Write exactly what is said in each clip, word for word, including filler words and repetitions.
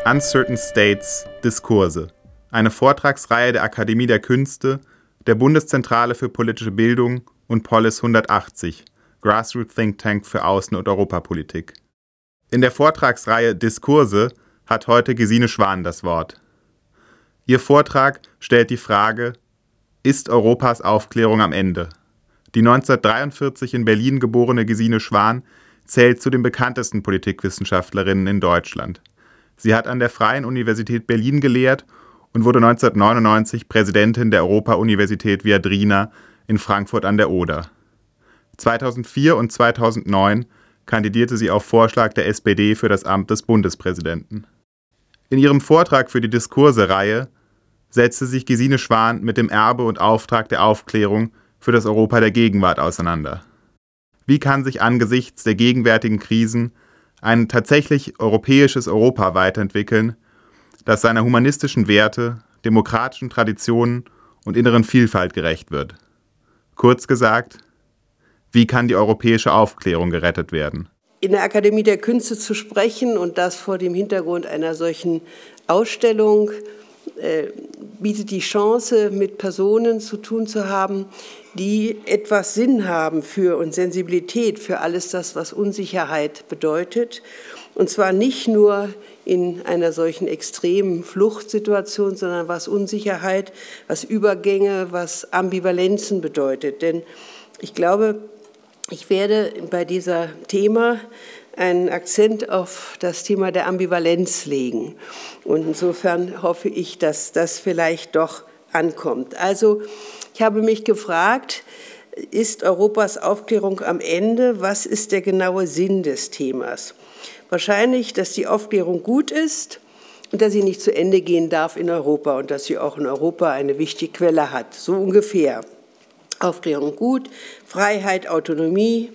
Uncertain States Diskurse, eine Vortragsreihe der Akademie der Künste, der Bundeszentrale für politische Bildung und Polis hundertachtzig, Grassroots Think Tank für Außen- und Europapolitik. In der Vortragsreihe Diskurse hat heute Gesine Schwan das Wort. Ihr Vortrag stellt die Frage: Ist Europas Aufklärung am Ende? Die neunzehnhundertdreiundvierzig in Berlin geborene Gesine Schwan zählt zu den bekanntesten Politikwissenschaftlerinnen in Deutschland. Sie hat an der Freien Universität Berlin gelehrt und wurde neunzehnhundertneunundneunzig Präsidentin der Europa-Universität Viadrina in Frankfurt an der Oder. zweitausendvier und zweitausendneun kandidierte sie auf Vorschlag der S P D für das Amt des Bundespräsidenten. In ihrem Vortrag für die Diskurse-Reihe setzte sich Gesine Schwan mit dem Erbe und Auftrag der Aufklärung für das Europa der Gegenwart auseinander. Wie kann sich angesichts der gegenwärtigen Krisen ein tatsächlich europäisches Europa weiterentwickeln, das seiner humanistischen Werte, demokratischen Traditionen und inneren Vielfalt gerecht wird? Kurz gesagt, wie kann die europäische Aufklärung gerettet werden? In der Akademie der Künste zu sprechen und das vor dem Hintergrund einer solchen Ausstellung äh, bietet die Chance, mit Personen zu tun zu haben, die etwas Sinn haben für und Sensibilität für alles das, was Unsicherheit bedeutet. Und zwar nicht nur in einer solchen extremen Fluchtsituation, sondern was Unsicherheit, was Übergänge, was Ambivalenzen bedeutet. Denn ich glaube, ich werde bei diesem Thema einen Akzent auf das Thema der Ambivalenz legen. Und insofern hoffe ich, dass das vielleicht doch ankommt. Also ich habe mich gefragt, ist Europas Aufklärung am Ende? Was ist der genaue Sinn des Themas? Wahrscheinlich, dass die Aufklärung gut ist und dass sie nicht zu Ende gehen darf in Europa und dass sie auch in Europa eine wichtige Quelle hat, so ungefähr. Aufklärung gut, Freiheit, Autonomie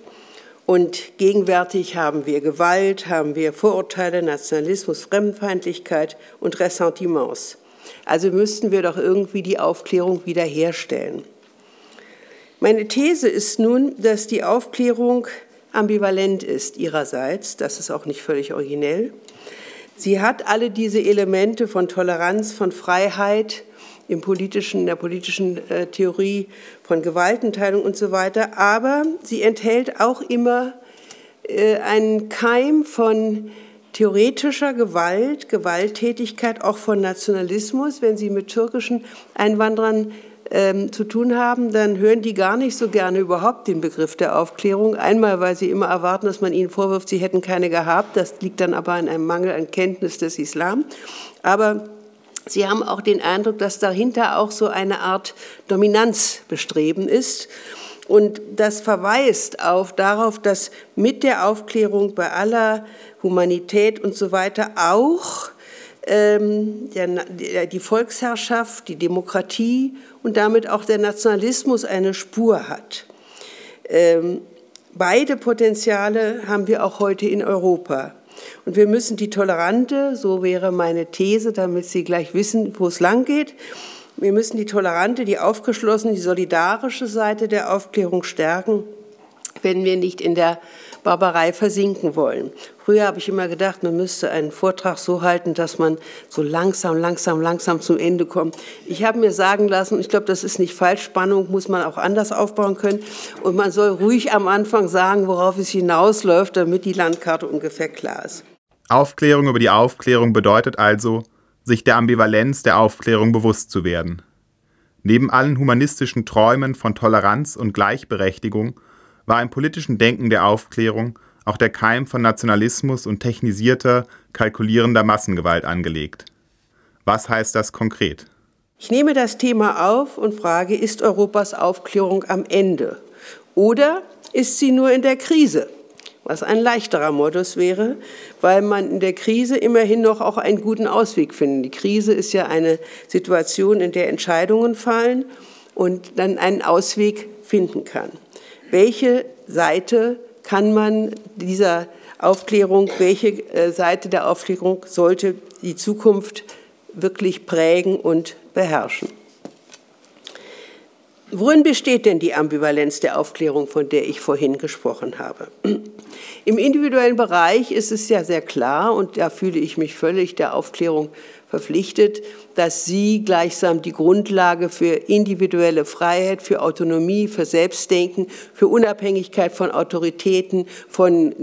und gegenwärtig haben wir Gewalt, haben wir Vorurteile, Nationalismus, Fremdenfeindlichkeit und Ressentiments. Also müssten wir doch irgendwie die Aufklärung wiederherstellen. Meine These ist nun, dass die Aufklärung ambivalent ist ihrerseits, das ist auch nicht völlig originell. Sie hat alle diese Elemente von Toleranz, von Freiheit, im politischen, in der politischen äh, Theorie von Gewaltenteilung und so weiter, aber sie enthält auch immer äh, einen Keim von theoretischer Gewalt, Gewalttätigkeit, auch von Nationalismus. Wenn Sie mit türkischen Einwanderern ähm, zu tun haben, dann hören die gar nicht so gerne überhaupt den Begriff der Aufklärung. Einmal, weil sie immer erwarten, dass man ihnen vorwirft, sie hätten keine gehabt. Das liegt dann aber an einem Mangel an Kenntnis des Islam. Aber Sie haben auch den Eindruck, dass dahinter auch so eine Art Dominanzbestreben ist. Und das verweist auf, darauf, dass mit der Aufklärung bei aller Humanität und so weiter auch ähm, der, die Volksherrschaft, die Demokratie und damit auch der Nationalismus eine Spur hat. Ähm, beide Potenziale haben wir auch heute in Europa. Und wir müssen die tolerante, so wäre meine These, damit Sie gleich wissen, wo es lang geht, wir müssen die tolerante, die aufgeschlossene, die solidarische Seite der Aufklärung stärken, wenn wir nicht in der Barbarei versinken wollen. Früher habe ich immer gedacht, man müsste einen Vortrag so halten, dass man so langsam, langsam, langsam zum Ende kommt. Ich habe mir sagen lassen, und ich glaube, das ist nicht falsch, Spannung muss man auch anders aufbauen können. Und man soll ruhig am Anfang sagen, worauf es hinausläuft, damit die Landkarte ungefähr klar ist. Aufklärung über die Aufklärung bedeutet also, sich der Ambivalenz der Aufklärung bewusst zu werden. Neben allen humanistischen Träumen von Toleranz und Gleichberechtigung war im politischen Denken der Aufklärung auch der Keim von Nationalismus und technisierter, kalkulierender Massengewalt angelegt. Was heißt das konkret? Ich nehme das Thema auf und frage, ist Europas Aufklärung am Ende? Oder ist sie nur in der Krise? Was ein leichterer Modus wäre, weil man in der Krise immerhin noch auch einen guten Ausweg findet. Die Krise ist ja eine Situation, in der Entscheidungen fallen und dann einen Ausweg finden kann. Welche Seite kann man dieser Aufklärung, welche Seite der Aufklärung sollte die Zukunft wirklich prägen und beherrschen? Worin besteht denn die Ambivalenz der Aufklärung, von der ich vorhin gesprochen habe? Im individuellen Bereich ist es ja sehr klar, und da fühle ich mich völlig der Aufklärung verpflichtet, dass sie gleichsam die Grundlage für individuelle Freiheit, für Autonomie, für Selbstdenken, für Unabhängigkeit von Autoritäten, von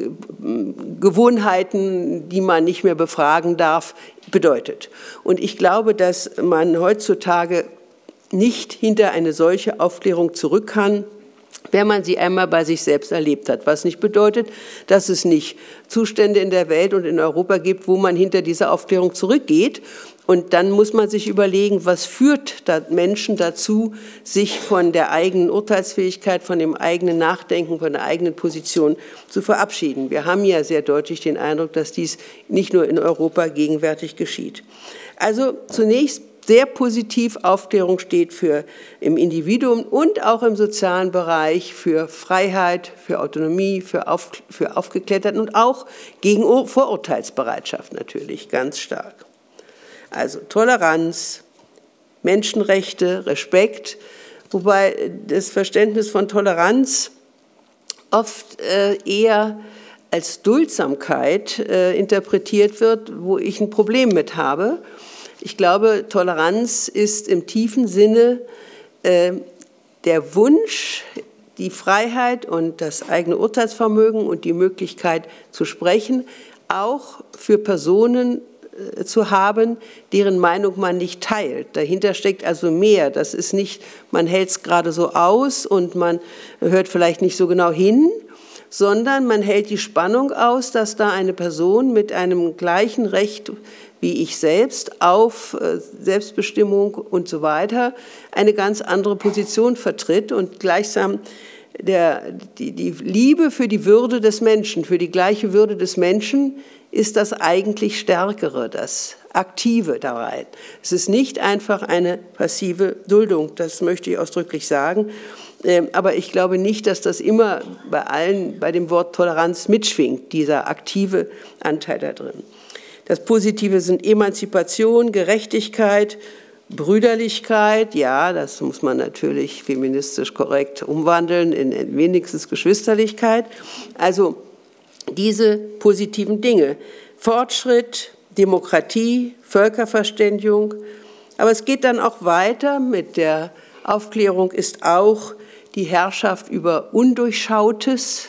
Gewohnheiten, die man nicht mehr befragen darf, bedeutet. Und ich glaube, dass man heutzutage nicht hinter eine solche Aufklärung zurück kann, wenn man sie einmal bei sich selbst erlebt hat. Was nicht bedeutet, dass es nicht Zustände in der Welt und in Europa gibt, wo man hinter dieser Aufklärung zurückgeht. Und dann muss man sich überlegen, was führt da Menschen dazu, sich von der eigenen Urteilsfähigkeit, von dem eigenen Nachdenken, von der eigenen Position zu verabschieden. Wir haben ja sehr deutlich den Eindruck, dass dies nicht nur in Europa gegenwärtig geschieht. Also zunächst sehr positiv, Aufklärung steht für im Individuum und auch im sozialen Bereich für Freiheit, für Autonomie, für, auf, für Aufgeklärtheit und auch gegen Vorurteilsbereitschaft natürlich ganz stark. Also Toleranz, Menschenrechte, Respekt, wobei das Verständnis von Toleranz oft äh, eher als Duldsamkeit äh, interpretiert wird, wo ich ein Problem mit habe. Ich glaube, Toleranz ist im tiefen Sinne äh, der Wunsch, die Freiheit und das eigene Urteilsvermögen und die Möglichkeit zu sprechen, auch für Personen äh, zu haben, deren Meinung man nicht teilt. Dahinter steckt also mehr. Das ist nicht, man hält es gerade so aus und man hört vielleicht nicht so genau hin, sondern man hält die Spannung aus, dass da eine Person mit einem gleichen Recht wie ich selbst auf Selbstbestimmung und so weiter eine ganz andere Position vertritt und gleichsam der, die, die Liebe für die Würde des Menschen, für die gleiche Würde des Menschen ist das eigentlich Stärkere, das Aktive dabei. Es ist nicht einfach eine passive Duldung, das möchte ich ausdrücklich sagen. Aber ich glaube nicht, dass das immer bei allen bei dem Wort Toleranz mitschwingt, dieser aktive Anteil da drin. Das Positive sind Emanzipation, Gerechtigkeit, Brüderlichkeit. Ja, das muss man natürlich feministisch korrekt umwandeln in wenigstens Geschwisterlichkeit. Also diese positiven Dinge. Fortschritt, Demokratie, Völkerverständigung. Aber es geht dann auch weiter. Mit der Aufklärung ist auch die Herrschaft über Undurchschautes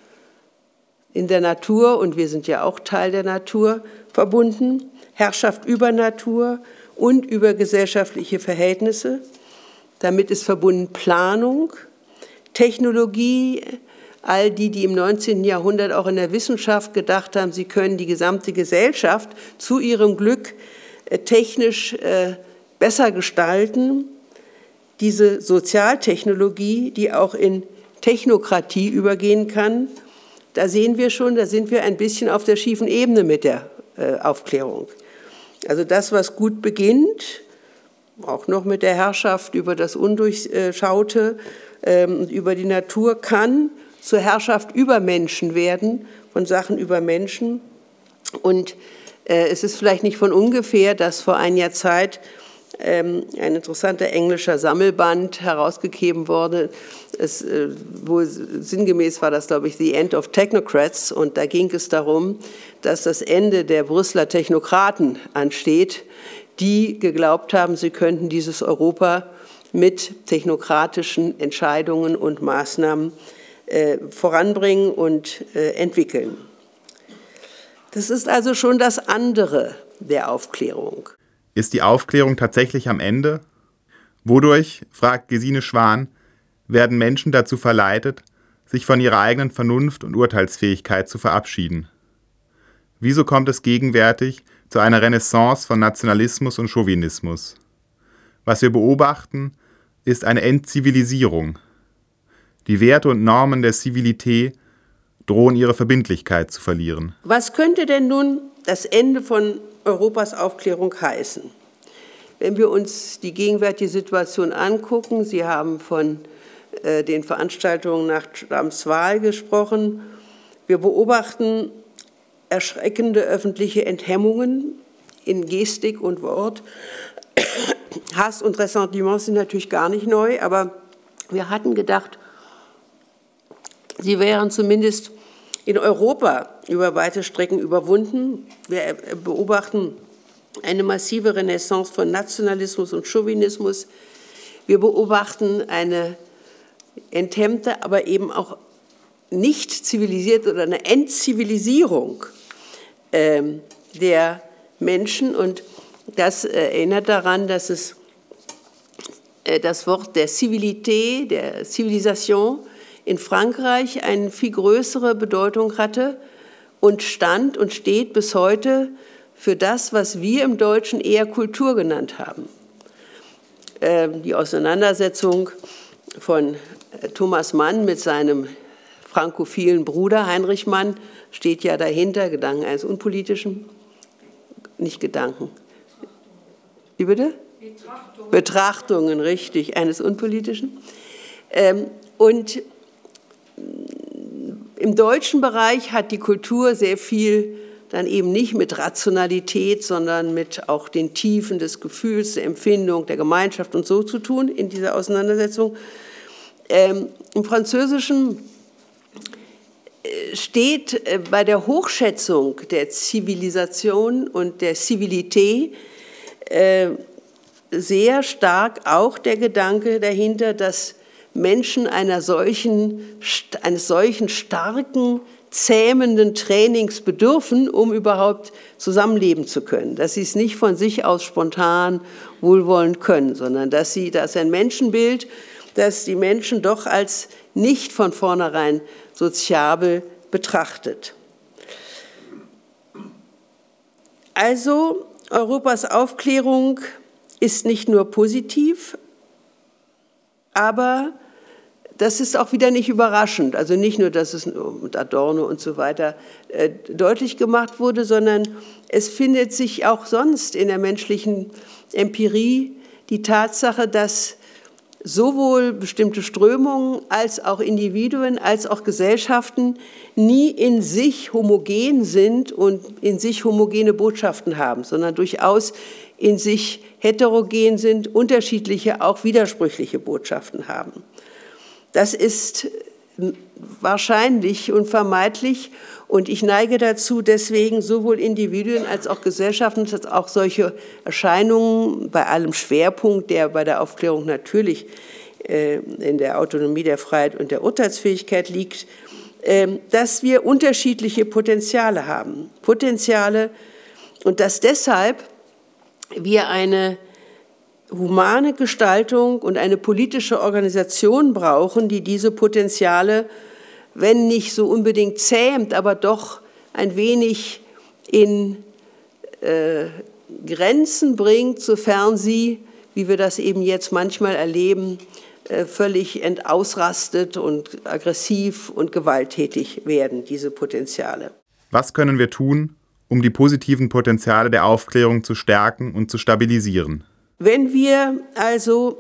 in der Natur, und wir sind ja auch Teil der Natur, verbunden, Herrschaft über Natur und über gesellschaftliche Verhältnisse. Damit ist verbunden Planung, Technologie. All die, die im neunzehnten Jahrhundert auch in der Wissenschaft gedacht haben, sie können die gesamte Gesellschaft zu ihrem Glück technisch besser gestalten. Diese Sozialtechnologie, die auch in Technokratie übergehen kann, da sehen wir schon, da sind wir ein bisschen auf der schiefen Ebene mit der äh, Aufklärung. Also das, was gut beginnt, auch noch mit der Herrschaft über das Undurchschaute, äh, über die Natur, kann zur Herrschaft über Menschen werden, von Sachen über Menschen. Und äh, es ist vielleicht nicht von ungefähr, dass vor einiger Zeit ein interessanter englischer Sammelband herausgegeben wurde, es, wo sinngemäß war das, glaube ich, The End of Technocrats, und da ging es darum, dass das Ende der Brüsseler Technokraten ansteht, die geglaubt haben, sie könnten dieses Europa mit technokratischen Entscheidungen und Maßnahmen äh, voranbringen und äh, entwickeln. Das ist also schon das andere der Aufklärung. Ist die Aufklärung tatsächlich am Ende? Wodurch, fragt Gesine Schwan, werden Menschen dazu verleitet, sich von ihrer eigenen Vernunft und Urteilsfähigkeit zu verabschieden? Wieso kommt es gegenwärtig zu einer Renaissance von Nationalismus und Chauvinismus? Was wir beobachten, ist eine Entzivilisierung. Die Werte und Normen der Zivilität drohen ihre Verbindlichkeit zu verlieren. Was könnte denn nun das Ende von Europas Aufklärung heißen? Wenn wir uns die gegenwärtige Situation angucken, Sie haben von äh, den Veranstaltungen nach Trumps Wahl gesprochen, wir beobachten erschreckende öffentliche Enthemmungen in Gestik und Wort. Hass und Ressentiment sind natürlich gar nicht neu, aber wir hatten gedacht, sie wären zumindest in Europa über weite Strecken überwunden. Wir beobachten eine massive Renaissance von Nationalismus und Chauvinismus. Wir beobachten eine enthemmte, aber eben auch nicht zivilisierte oder eine Entzivilisierung äh, der Menschen. Und das erinnert daran, dass es äh, das Wort der Civilité, der Zivilisation in Frankreich eine viel größere Bedeutung hatte und stand und steht bis heute für das, was wir im Deutschen eher Kultur genannt haben. Äh, die Auseinandersetzung von Thomas Mann mit seinem frankophilen Bruder Heinrich Mann steht ja dahinter, Gedanken eines Unpolitischen, nicht Gedanken. Wie bitte? Betrachtungen. Betrachtungen, richtig, eines Unpolitischen. Ähm, und im deutschen Bereich hat die Kultur sehr viel dann eben nicht mit Rationalität, sondern mit auch den Tiefen des Gefühls, der Empfindung, der Gemeinschaft und so zu tun in dieser Auseinandersetzung. Ähm, im Französischen steht äh, bei der Hochschätzung der Zivilisation und der Civilité äh, sehr stark auch der Gedanke dahinter, dass Menschen einer solchen, eines solchen starken, zähmenden Trainings bedürfen, um überhaupt zusammenleben zu können. Dass sie es nicht von sich aus spontan wohlwollend können, sondern dass sie, dass ein Menschenbild, das die Menschen doch als nicht von vornherein soziabel betrachtet. Also Europas Aufklärung ist nicht nur positiv, aber das ist auch wieder nicht überraschend. Also nicht nur, dass es mit Adorno und so weiter äh, deutlich gemacht wurde, sondern es findet sich auch sonst in der menschlichen Empirie die Tatsache, dass sowohl bestimmte Strömungen als auch Individuen, als auch Gesellschaften nie in sich homogen sind und in sich homogene Botschaften haben, sondern durchaus in sich heterogen sind, unterschiedliche, auch widersprüchliche Botschaften haben. Das ist wahrscheinlich unvermeidlich und ich neige dazu, deswegen sowohl Individuen als auch Gesellschaften, als auch solche Erscheinungen bei allem Schwerpunkt, der bei der Aufklärung natürlich äh, in der Autonomie der Freiheit und der Urteilsfähigkeit liegt, äh, dass wir unterschiedliche Potenziale haben. Potenziale und dass deshalb wir eine humane Gestaltung und eine politische Organisation brauchen, die diese Potenziale, wenn nicht so unbedingt zähmt, aber doch ein wenig in äh, Grenzen bringt, sofern sie, wie wir das eben jetzt manchmal erleben, äh, völlig entausrastet und aggressiv und gewalttätig werden, diese Potenziale. Was können wir tun, um die positiven Potenziale der Aufklärung zu stärken und zu stabilisieren? Wenn wir also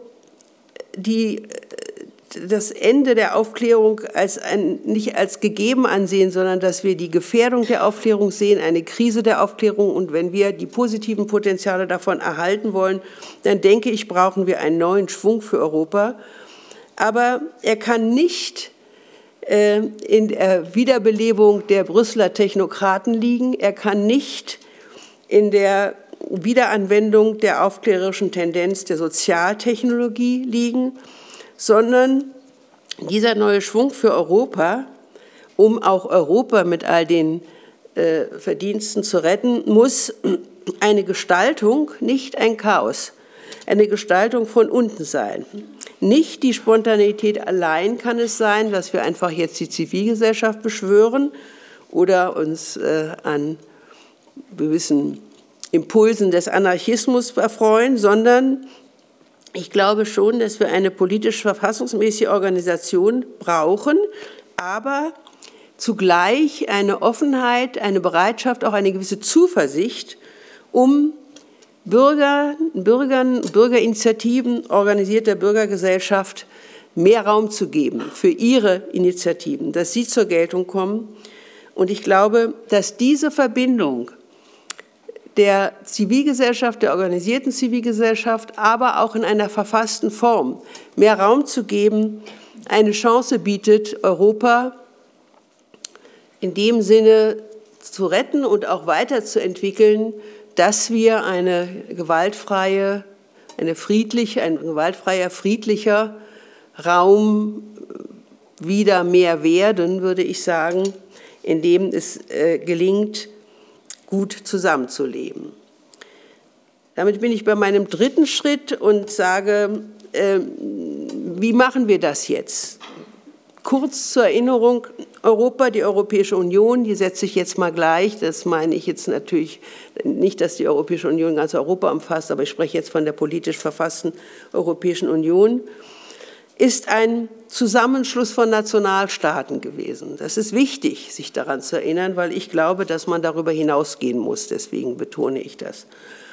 die, das Ende der Aufklärung als ein, nicht als gegeben ansehen, sondern dass wir die Gefährdung der Aufklärung sehen, eine Krise der Aufklärung, und wenn wir die positiven Potenziale davon erhalten wollen, dann denke ich, brauchen wir einen neuen Schwung für Europa. Aber er kann nicht äh, in der Wiederbelebung der Brüsseler Technokraten liegen, er kann nicht in der Wiederanwendung der aufklärerischen Tendenz der Sozialtechnologie liegen, sondern dieser neue Schwung für Europa, um auch Europa mit all den äh, Verdiensten zu retten, muss eine Gestaltung, nicht ein Chaos, eine Gestaltung von unten sein. Nicht die Spontaneität allein kann es sein, dass wir einfach jetzt die Zivilgesellschaft beschwören oder uns äh, an gewissen Impulsen des Anarchismus erfreuen, sondern ich glaube schon, dass wir eine politisch-verfassungsmäßige Organisation brauchen, aber zugleich eine Offenheit, eine Bereitschaft, auch eine gewisse Zuversicht, um Bürger, Bürgern, Bürgerinitiativen, organisierter Bürgergesellschaft mehr Raum zu geben für ihre Initiativen, dass sie zur Geltung kommen. Und ich glaube, dass diese Verbindung der Zivilgesellschaft, der organisierten Zivilgesellschaft, aber auch in einer verfassten Form mehr Raum zu geben, eine Chance bietet, Europa in dem Sinne zu retten und auch weiterzuentwickeln, dass wir eine gewaltfreie, eine friedliche, ein gewaltfreier, friedlicher Raum wieder mehr werden, würde ich sagen, in dem es äh, gelingt, gut zusammenzuleben. Damit bin ich bei meinem dritten Schritt und sage, äh, wie machen wir das jetzt? Kurz zur Erinnerung, Europa, die Europäische Union, die setze ich jetzt mal gleich, das meine ich jetzt natürlich nicht, dass die Europäische Union ganz Europa umfasst, aber ich spreche jetzt von der politisch verfassten Europäischen Union, ist ein Zusammenschluss von Nationalstaaten gewesen. Das ist wichtig, sich daran zu erinnern, weil ich glaube, dass man darüber hinausgehen muss, deswegen betone ich das.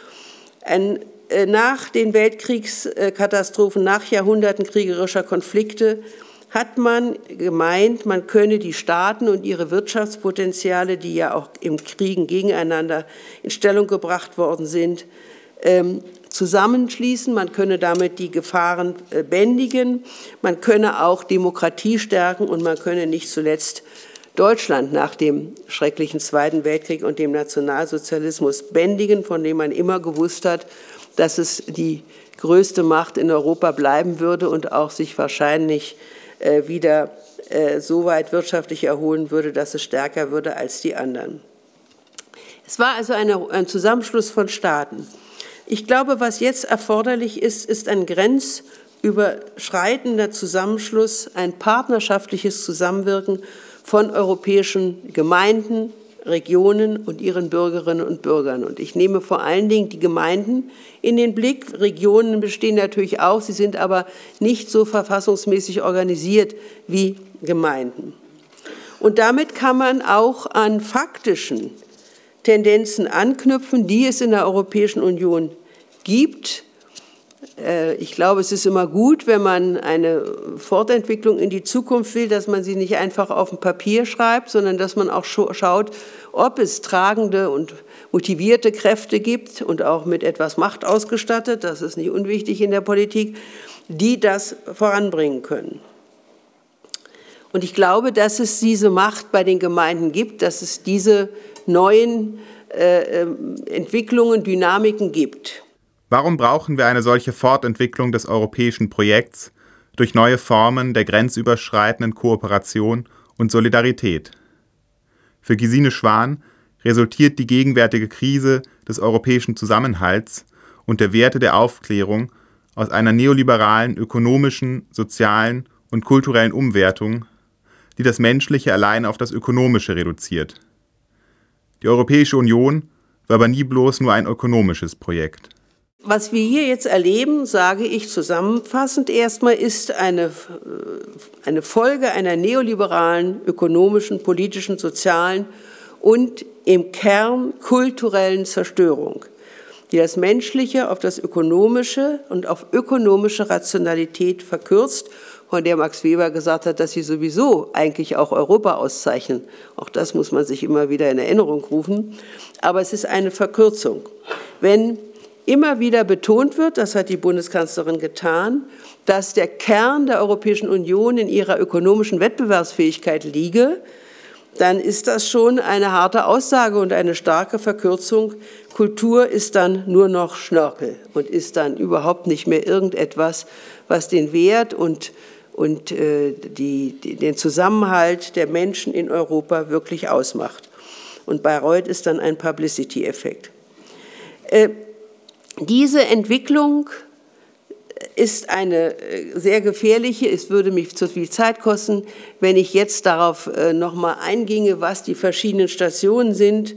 Ein, äh, nach den Weltkriegskatastrophen, nach Jahrhunderten kriegerischer Konflikte, hat man gemeint, man könne die Staaten und ihre Wirtschaftspotenziale, die ja auch im Kriegen gegeneinander in Stellung gebracht worden sind, ähm, zusammenschließen. Man könne damit die Gefahren äh, bändigen. Man könne auch Demokratie stärken und man könne nicht zuletzt Deutschland nach dem schrecklichen Zweiten Weltkrieg und dem Nationalsozialismus bändigen, von dem man immer gewusst hat, dass es die größte Macht in Europa bleiben würde und auch sich wahrscheinlich wieder so weit wirtschaftlich erholen würde, dass es stärker würde als die anderen. Es war also eine, ein Zusammenschluss von Staaten. Ich glaube, was jetzt erforderlich ist, ist ein grenzüberschreitender Zusammenschluss, ein partnerschaftliches Zusammenwirken von europäischen Gemeinden, Regionen und ihren Bürgerinnen und Bürgern. Und ich nehme vor allen Dingen die Gemeinden in den Blick. Regionen bestehen natürlich auch, sie sind aber nicht so verfassungsmäßig organisiert wie Gemeinden. Und damit kann man auch an faktischen Tendenzen anknüpfen, die es in der Europäischen Union gibt. Ich glaube, es ist immer gut, wenn man eine Fortentwicklung in die Zukunft will, dass man sie nicht einfach auf dem Papier schreibt, sondern dass man auch schaut, ob es tragende und motivierte Kräfte gibt und auch mit etwas Macht ausgestattet, das ist nicht unwichtig in der Politik, die das voranbringen können. Und ich glaube, dass es diese Macht bei den Gemeinden gibt, dass es diese neuen äh, Entwicklungen, Dynamiken gibt. Warum brauchen wir eine solche Fortentwicklung des europäischen Projekts durch neue Formen der grenzüberschreitenden Kooperation und Solidarität? Für Gesine Schwan resultiert die gegenwärtige Krise des europäischen Zusammenhalts und der Werte der Aufklärung aus einer neoliberalen ökonomischen, sozialen und kulturellen Umwertung, die das Menschliche allein auf das Ökonomische reduziert. Die Europäische Union war aber nie bloß nur ein ökonomisches Projekt. Was wir hier jetzt erleben, sage ich zusammenfassend erstmal, ist eine, eine Folge einer neoliberalen, ökonomischen, politischen, sozialen und im Kern kulturellen Zerstörung, die das Menschliche auf das Ökonomische und auf ökonomische Rationalität verkürzt, von der Max Weber gesagt hat, dass sie sowieso eigentlich auch Europa auszeichnen. Auch das muss man sich immer wieder in Erinnerung rufen. Aber es ist eine Verkürzung. Wenn immer wieder betont wird, das hat die Bundeskanzlerin getan, dass der Kern der Europäischen Union in ihrer ökonomischen Wettbewerbsfähigkeit liege, dann ist das schon eine harte Aussage und eine starke Verkürzung. Kultur ist dann nur noch Schnörkel und ist dann überhaupt nicht mehr irgendetwas, was den Wert und, und äh, die, die, den Zusammenhalt der Menschen in Europa wirklich ausmacht. Und Bayreuth ist dann ein Publicity-Effekt. Äh, Diese Entwicklung ist eine sehr gefährliche. Es würde mich zu viel Zeit kosten, wenn ich jetzt darauf noch mal einginge, was die verschiedenen Stationen sind.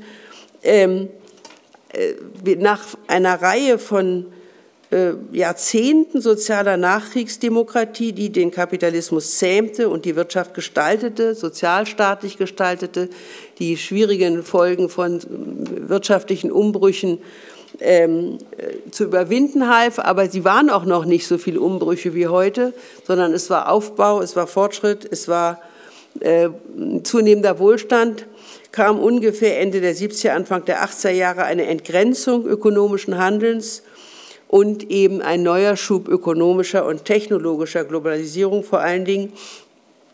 Nach einer Reihe von Jahrzehnten sozialer Nachkriegsdemokratie, die den Kapitalismus zähmte und die Wirtschaft gestaltete, sozialstaatlich gestaltete, die schwierigen Folgen von wirtschaftlichen Umbrüchen Ähm, zu überwinden half, aber sie waren auch noch nicht so viele Umbrüche wie heute, sondern es war Aufbau, es war Fortschritt, es war äh, zunehmender Wohlstand, kam ungefähr Ende der siebziger, Anfang der achtziger Jahre eine Entgrenzung ökonomischen Handelns und eben ein neuer Schub ökonomischer und technologischer Globalisierung vor allen Dingen.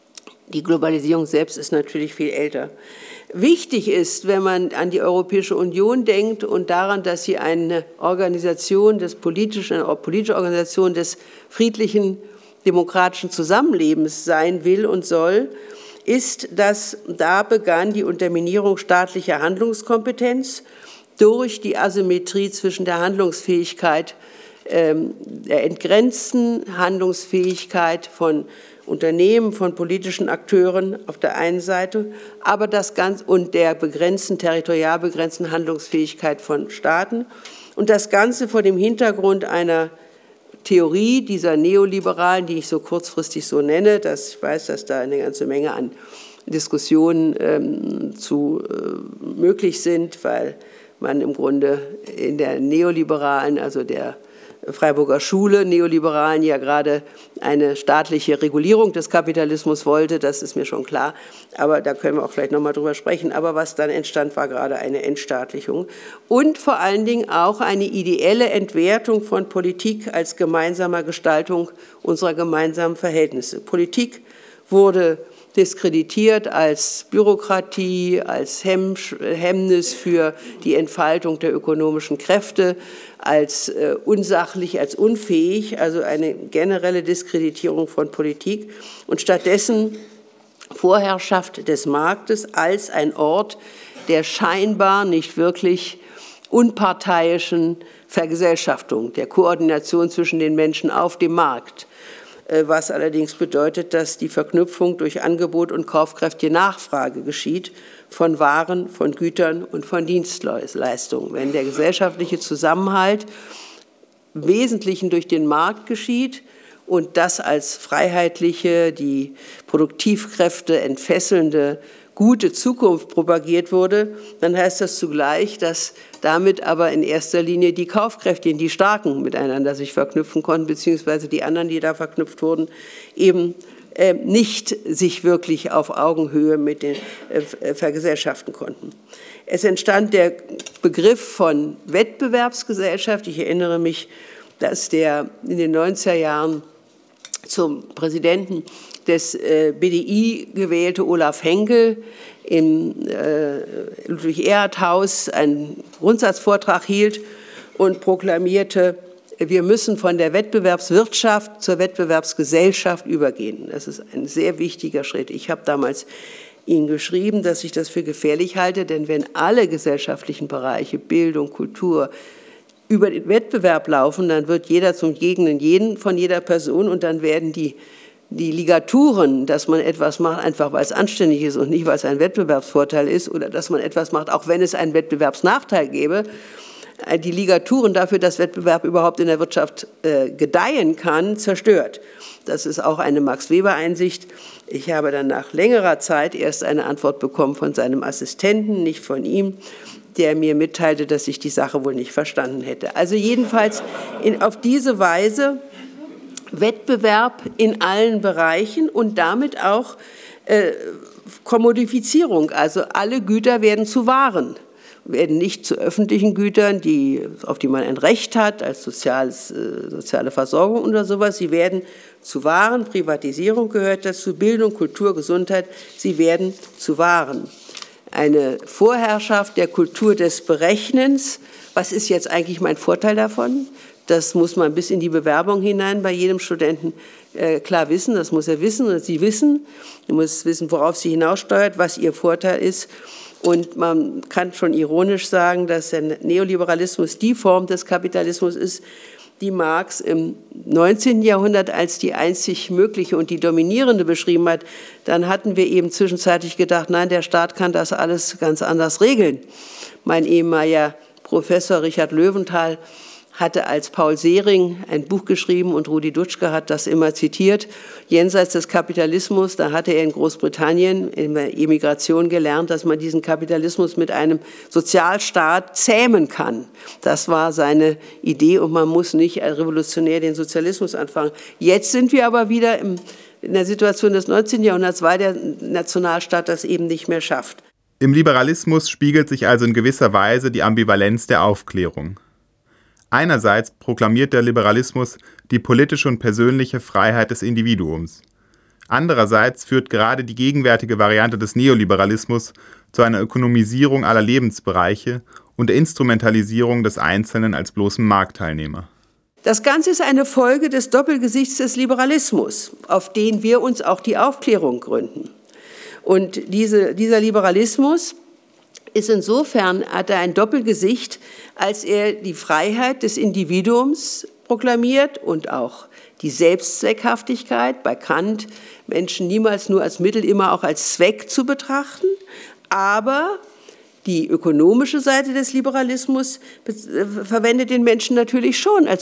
Die Globalisierung selbst ist natürlich viel älter. Wichtig ist, wenn man an die Europäische Union denkt und daran, dass sie eine Organisation des politischen, eine politische Organisation des friedlichen, demokratischen Zusammenlebens sein will und soll, ist, dass da begann die Unterminierung staatlicher Handlungskompetenz durch die Asymmetrie zwischen der Handlungsfähigkeit, ähm, der entgrenzten Handlungsfähigkeit von Unternehmen, von politischen Akteuren auf der einen Seite, aber das Ganze und der begrenzten, territorial begrenzten Handlungsfähigkeit von Staaten und das Ganze vor dem Hintergrund einer Theorie dieser Neoliberalen, die ich so kurzfristig so nenne, dass ich weiß, dass da eine ganze Menge an Diskussionen ähm, zu äh, möglich sind, weil man im Grunde in der Neoliberalen, also der Freiburger Schule, Neoliberalen, ja gerade eine staatliche Regulierung des Kapitalismus wollte, das ist mir schon klar, aber da können wir auch vielleicht nochmal drüber sprechen. Aber was dann entstand, war gerade eine Entstaatlichung und vor allen Dingen auch eine ideelle Entwertung von Politik als gemeinsamer Gestaltung unserer gemeinsamen Verhältnisse. Politik wurde diskreditiert als Bürokratie, als Hemmnis für die Entfaltung der ökonomischen Kräfte, als äh, unsachlich, als unfähig, also eine generelle Diskreditierung von Politik und stattdessen Vorherrschaft des Marktes als ein Ort der scheinbar nicht wirklich unparteiischen Vergesellschaftung, der Koordination zwischen den Menschen auf dem Markt, was allerdings bedeutet, dass die Verknüpfung durch Angebot und kaufkräftige Nachfrage geschieht von Waren, von Gütern und von Dienstleistungen. Wenn der gesellschaftliche Zusammenhalt im Wesentlichen durch den Markt geschieht und das als freiheitliche, die Produktivkräfte entfesselnde, gute Zukunft propagiert wurde, dann heißt das zugleich, dass damit aber in erster Linie die Kaufkräfte, die Starken miteinander sich verknüpfen konnten, beziehungsweise die anderen, die da verknüpft wurden, eben äh, nicht sich wirklich auf Augenhöhe mit den äh, vergesellschaften konnten. Es entstand der Begriff von Wettbewerbsgesellschaft. Ich erinnere mich, dass der in den neunziger Jahren zum Präsidenten des äh, B D I gewählte Olaf Henkel im äh, Ludwig-Erhard-Haus einen Grundsatzvortrag hielt und proklamierte, wir müssen von der Wettbewerbswirtschaft zur Wettbewerbsgesellschaft übergehen. Das ist ein sehr wichtiger Schritt. Ich habe damals Ihnen geschrieben, dass ich das für gefährlich halte, denn wenn alle gesellschaftlichen Bereiche, Bildung, Kultur, über den Wettbewerb laufen, dann wird jeder zum Gegenden jeden von jeder Person und dann werden die Die Ligaturen, dass man etwas macht, einfach weil es anständig ist und nicht, weil es ein Wettbewerbsvorteil ist, oder dass man etwas macht, auch wenn es einen Wettbewerbsnachteil gäbe, die Ligaturen dafür, dass Wettbewerb überhaupt in der Wirtschaft äh, gedeihen kann, zerstört. Das ist auch eine Max-Weber-Einsicht. Ich habe dann nach längerer Zeit erst eine Antwort bekommen von seinem Assistenten, nicht von ihm, der mir mitteilte, dass ich die Sache wohl nicht verstanden hätte. Also jedenfalls in, auf diese Weise Wettbewerb in allen Bereichen und damit auch äh, Kommodifizierung, also alle Güter werden zu Waren, werden nicht zu öffentlichen Gütern, die, auf die man ein Recht hat, als soziales, äh, soziale Versorgung oder sowas, sie werden zu Waren, Privatisierung gehört dazu, Bildung, Kultur, Gesundheit, sie werden zu Waren. Eine Vorherrschaft der Kultur des Berechnens, was ist jetzt eigentlich mein Vorteil davon? Das muss man bis in die Bewerbung hinein bei jedem Studenten äh, klar wissen. Das muss er wissen und sie wissen. Er muss wissen, worauf sie hinaussteuert, was ihr Vorteil ist. Und man kann schon ironisch sagen, dass der Neoliberalismus die Form des Kapitalismus ist, die Marx im neunzehnten Jahrhundert als die einzig mögliche und die dominierende beschrieben hat. Dann hatten wir eben zwischenzeitlich gedacht, nein, der Staat kann das alles ganz anders regeln. Mein ehemaliger Professor Richard Löwenthal hatte als Paul Sehring ein Buch geschrieben und Rudi Dutschke hat das immer zitiert, jenseits des Kapitalismus, da hatte er in Großbritannien in der Emigration gelernt, dass man diesen Kapitalismus mit einem Sozialstaat zähmen kann. Das war seine Idee und man muss nicht revolutionär den Sozialismus anfangen. Jetzt sind wir aber wieder im, in der Situation des neunzehnten Jahrhunderts, weil der Nationalstaat das eben nicht mehr schafft. Im Liberalismus spiegelt sich also in gewisser Weise die Ambivalenz der Aufklärung. Einerseits proklamiert der Liberalismus die politische und persönliche Freiheit des Individuums. Andererseits führt gerade die gegenwärtige Variante des Neoliberalismus zu einer Ökonomisierung aller Lebensbereiche und der Instrumentalisierung des Einzelnen als bloßen Marktteilnehmer. Das Ganze ist eine Folge des Doppelgesichts des Liberalismus, auf den wir uns auch die Aufklärung gründen. Und diese, dieser Liberalismus ist insofern, hat er ein Doppelgesicht, als er die Freiheit des Individuums proklamiert und auch die Selbstzweckhaftigkeit, bei Kant Menschen niemals nur als Mittel, immer auch als Zweck zu betrachten, aber die ökonomische Seite des Liberalismus verwendet den Menschen natürlich schon als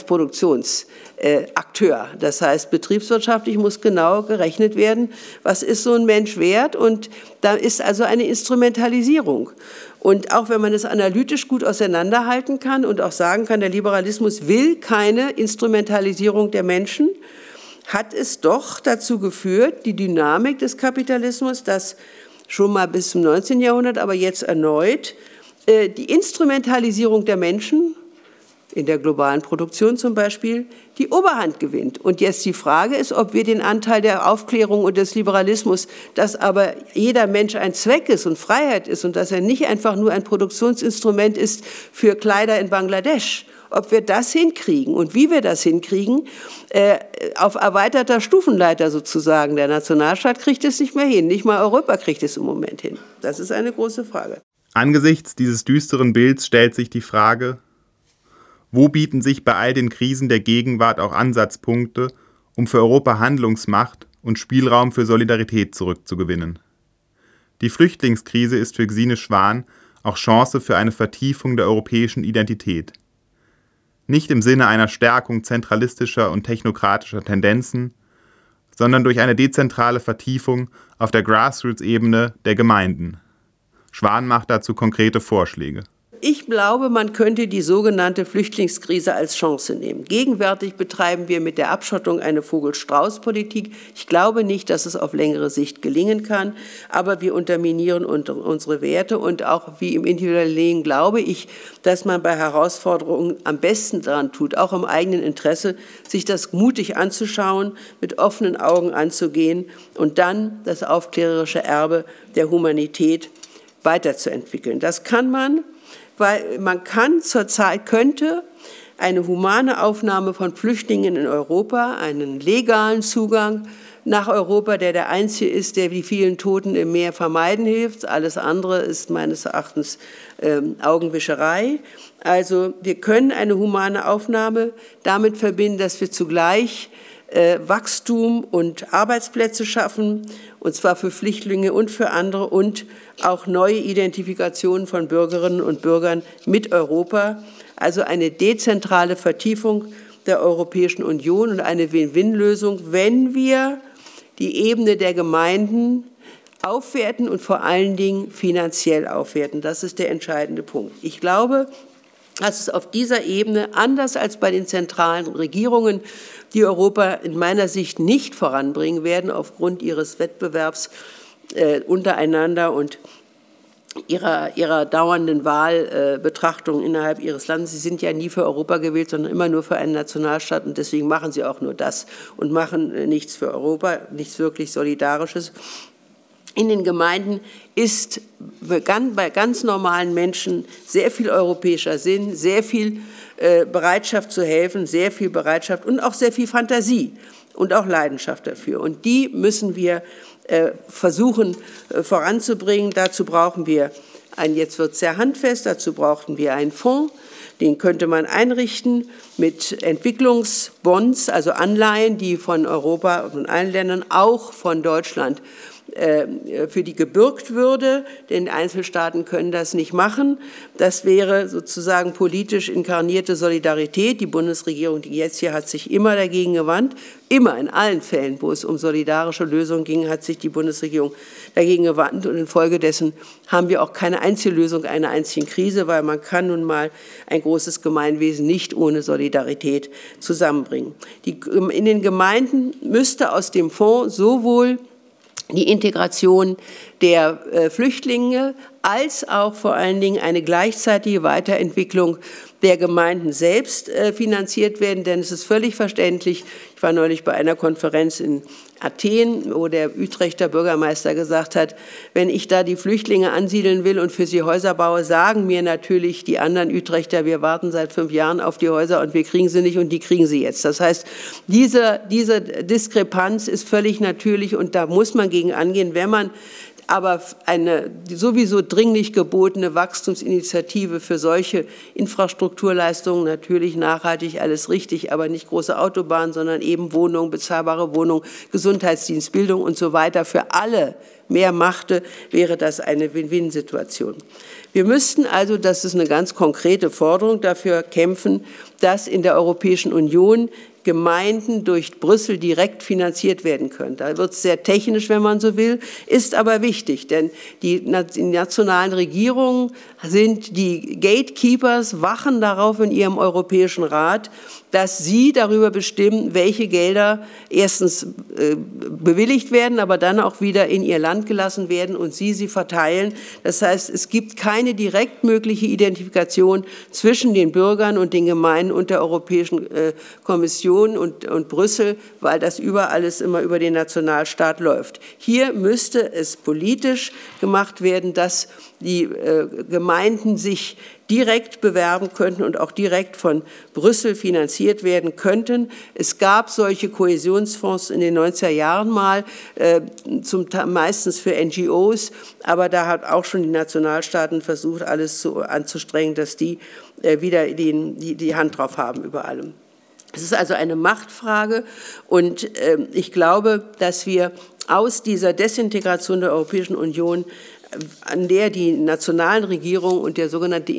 Produktionsakteur. Das heißt, betriebswirtschaftlich muss genau gerechnet werden, was ist so ein Mensch wert, und da ist also eine Instrumentalisierung. Und auch wenn man es analytisch gut auseinanderhalten kann und auch sagen kann, der Liberalismus will keine Instrumentalisierung der Menschen, hat es doch dazu geführt, die Dynamik des Kapitalismus, dass schon mal bis zum neunzehnten Jahrhundert, aber jetzt erneut, die Instrumentalisierung der Menschen, in der globalen Produktion zum Beispiel, die Oberhand gewinnt. Und jetzt die Frage ist, ob wir den Anteil der Aufklärung und des Liberalismus, dass aber jeder Mensch ein Zweck ist und Freiheit ist und dass er nicht einfach nur ein Produktionsinstrument ist für Kleider in Bangladesch, ob wir das hinkriegen und wie wir das hinkriegen, äh, auf erweiterter Stufenleiter sozusagen. Der Nationalstaat kriegt es nicht mehr hin, nicht mal Europa kriegt es im Moment hin. Das ist eine große Frage. Angesichts dieses düsteren Bilds stellt sich die Frage, wo bieten sich bei all den Krisen der Gegenwart auch Ansatzpunkte, um für Europa Handlungsmacht und Spielraum für Solidarität zurückzugewinnen? Die Flüchtlingskrise ist für Gesine Schwan auch Chance für eine Vertiefung der europäischen Identität. Nicht im Sinne einer Stärkung zentralistischer und technokratischer Tendenzen, sondern durch eine dezentrale Vertiefung auf der Grassroots-Ebene der Gemeinden. Schwan macht dazu konkrete Vorschläge. Ich glaube, man könnte die sogenannte Flüchtlingskrise als Chance nehmen. Gegenwärtig betreiben wir mit der Abschottung eine Vogel-Strauß-Politik. Ich glaube nicht, dass es auf längere Sicht gelingen kann, aber wir unterminieren unsere Werte, und auch wie im individuellen Leben glaube ich, dass man bei Herausforderungen am besten daran tut, auch im eigenen Interesse, sich das mutig anzuschauen, mit offenen Augen anzugehen und dann das aufklärerische Erbe der Humanität weiterzuentwickeln. Das kann man, weil man kann zurzeit, könnte eine humane Aufnahme von Flüchtlingen in Europa, einen legalen Zugang nach Europa, der der einzige ist, der die vielen Toten im Meer vermeiden hilft. Alles andere ist meines Erachtens ähm, Augenwischerei. Also wir können eine humane Aufnahme damit verbinden, dass wir zugleich äh, Wachstum und Arbeitsplätze schaffen, und zwar für Flüchtlinge und für andere, und auch neue Identifikationen von Bürgerinnen und Bürgern mit Europa. Also eine dezentrale Vertiefung der Europäischen Union und eine Win-Win-Lösung, wenn wir die Ebene der Gemeinden aufwerten und vor allen Dingen finanziell aufwerten. Das ist der entscheidende Punkt. Ich glaube, dass es auf dieser Ebene, anders als bei den zentralen Regierungen, die Europa in meiner Sicht nicht voranbringen werden, aufgrund ihres Wettbewerbs äh, untereinander und ihrer, ihrer dauernden Wahlbetrachtung äh, innerhalb ihres Landes. Sie sind ja nie für Europa gewählt, sondern immer nur für einen Nationalstaat, und deswegen machen sie auch nur das und machen äh, nichts für Europa, nichts wirklich Solidarisches. In den Gemeinden ist bei ganz normalen Menschen sehr viel europäischer Sinn, sehr viel Bereitschaft zu helfen, sehr viel Bereitschaft und auch sehr viel Fantasie und auch Leidenschaft dafür. Und die müssen wir versuchen voranzubringen. Dazu brauchen wir, ein, jetzt wird es sehr handfest, dazu brauchen wir einen Fonds. Den könnte man einrichten mit Entwicklungsbonds, also Anleihen, die von Europa und von allen Ländern, auch von Deutschland, für die gebürgt würde, denn Einzelstaaten können das nicht machen. Das wäre sozusagen politisch inkarnierte Solidarität. Die Bundesregierung, die jetzt hier, hat sich immer dagegen gewandt. Immer in allen Fällen, wo es um solidarische Lösungen ging, hat sich die Bundesregierung dagegen gewandt. Und infolgedessen haben wir auch keine Einzellösung einer einzigen Krise, weil man kann nun mal ein großes Gemeinwesen nicht ohne Solidarität zusammenbringen. Die, in den Gemeinden müsste aus dem Fonds sowohl die Integration der äh, Flüchtlinge als auch vor allen Dingen eine gleichzeitige Weiterentwicklung der Gemeinden selbst äh, finanziert werden. Denn es ist völlig verständlich, ich war neulich bei einer Konferenz in Athen, wo der Utrechter Bürgermeister gesagt hat, wenn ich da die Flüchtlinge ansiedeln will und für sie Häuser baue, sagen mir natürlich die anderen Utrechter, wir warten seit fünf Jahren auf die Häuser und wir kriegen sie nicht und die kriegen sie jetzt. Das heißt, diese, diese Diskrepanz ist völlig natürlich und da muss man gegen angehen, wenn man aber eine sowieso dringlich gebotene Wachstumsinitiative für solche Infrastrukturleistungen, natürlich nachhaltig, alles richtig, aber nicht große Autobahnen, sondern eben Wohnungen, bezahlbare Wohnungen, Gesundheitsdienst, Bildung und so weiter für alle mehr machte, wäre das eine Win-Win-Situation. Wir müssten also, das ist eine ganz konkrete Forderung, dafür kämpfen, dass in der Europäischen Union Gemeinden durch Brüssel direkt finanziert werden können. Da wird es sehr technisch, wenn man so will, ist aber wichtig, denn die nationalen Regierungen sind die Gatekeepers, wachen darauf in ihrem Europäischen Rat, dass sie darüber bestimmen, welche Gelder erstens äh, bewilligt werden, aber dann auch wieder in ihr Land gelassen werden und sie sie verteilen. Das heißt, es gibt keine direkt mögliche Identifikation zwischen den Bürgern und den Gemeinden und der Europäischen äh, Kommission und, und Brüssel, weil das über alles immer über den Nationalstaat läuft. Hier müsste es politisch gemacht werden, dass die äh, Gemeinden sich direkt bewerben könnten und auch direkt von Brüssel finanziert werden könnten. Es gab solche Kohäsionsfonds in den neunziger Jahren mal, äh, zum, meistens für N G Os, aber da hat auch schon die Nationalstaaten versucht, alles so anzustrengen, dass die äh, wieder den, die, die Hand drauf haben über allem. Es ist also eine Machtfrage und äh, ich glaube, dass wir aus dieser Desintegration der Europäischen Union, an der die nationalen Regierungen und der sogenannte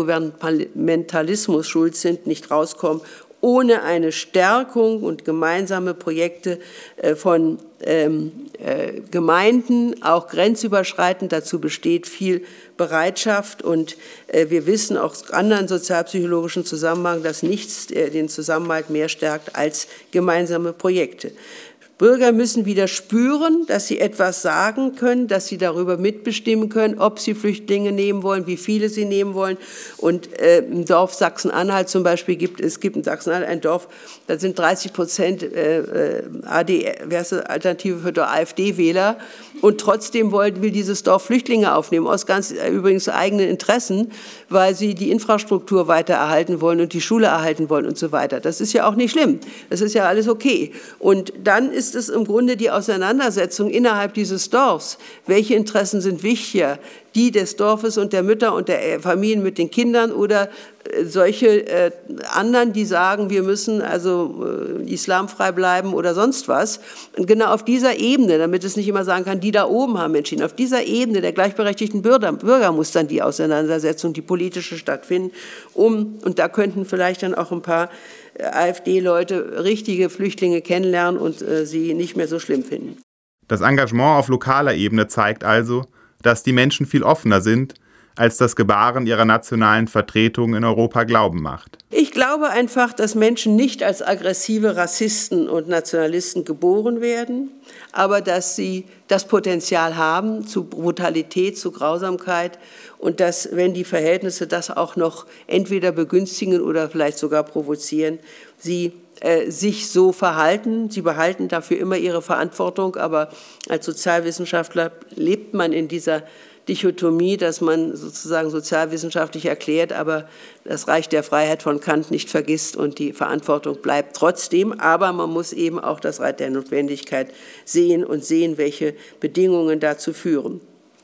Intergouvernementalismus schuld sind, nicht rauskommen, ohne eine Stärkung und gemeinsame Projekte von ähm, äh, Gemeinden, auch grenzüberschreitend. Dazu besteht viel Bereitschaft und äh, wir wissen aus anderen sozialpsychologischen Zusammenhängen, dass nichts äh, den Zusammenhalt mehr stärkt als gemeinsame Projekte. Bürger müssen wieder spüren, dass sie etwas sagen können, dass sie darüber mitbestimmen können, ob sie Flüchtlinge nehmen wollen, wie viele sie nehmen wollen. Und äh, im Dorf Sachsen-Anhalt zum Beispiel gibt es gibt in Sachsen-Anhalt ein Dorf, da sind dreißig Prozent äh, A D, wer ist das, Alternative für die AfD-Wähler. Und trotzdem will, will dieses Dorf Flüchtlinge aufnehmen, aus ganz äh, übrigens eigenen Interessen, weil sie die Infrastruktur weiter erhalten wollen und die Schule erhalten wollen und so weiter. Das ist ja auch nicht schlimm. Das ist ja alles okay. Und dann ist ist es im Grunde die Auseinandersetzung innerhalb dieses Dorfs. Welche Interessen sind wichtiger? Die des Dorfes und der Mütter und der Familien mit den Kindern oder solche äh, anderen, die sagen, wir müssen also äh, islamfrei bleiben oder sonst was. Und genau auf dieser Ebene, damit es nicht immer sagen kann, die da oben haben entschieden, auf dieser Ebene der gleichberechtigten Bürger, Bürger muss dann die Auseinandersetzung, die politische stattfinden, um, und da könnten vielleicht dann auch ein paar AfD-Leute richtige Flüchtlinge kennenlernen und äh, sie nicht mehr so schlimm finden. Das Engagement auf lokaler Ebene zeigt also, dass die Menschen viel offener sind, als das Gebaren ihrer nationalen Vertretung in Europa glauben macht. Ich glaube einfach, dass Menschen nicht als aggressive Rassisten und Nationalisten geboren werden, aber dass sie das Potenzial haben zu Brutalität, zu Grausamkeit und dass, wenn die Verhältnisse das auch noch entweder begünstigen oder vielleicht sogar provozieren, sie äh, sich so verhalten. Sie behalten dafür immer ihre Verantwortung, aber als Sozialwissenschaftler lebt man in dieser Dichotomie, dass man sozusagen sozialwissenschaftlich erklärt, aber das Reich der Freiheit von Kant nicht vergisst und die Verantwortung bleibt trotzdem. Aber man muss eben auch das Reich der Notwendigkeit sehen und sehen, welche Bedingungen dazu führen.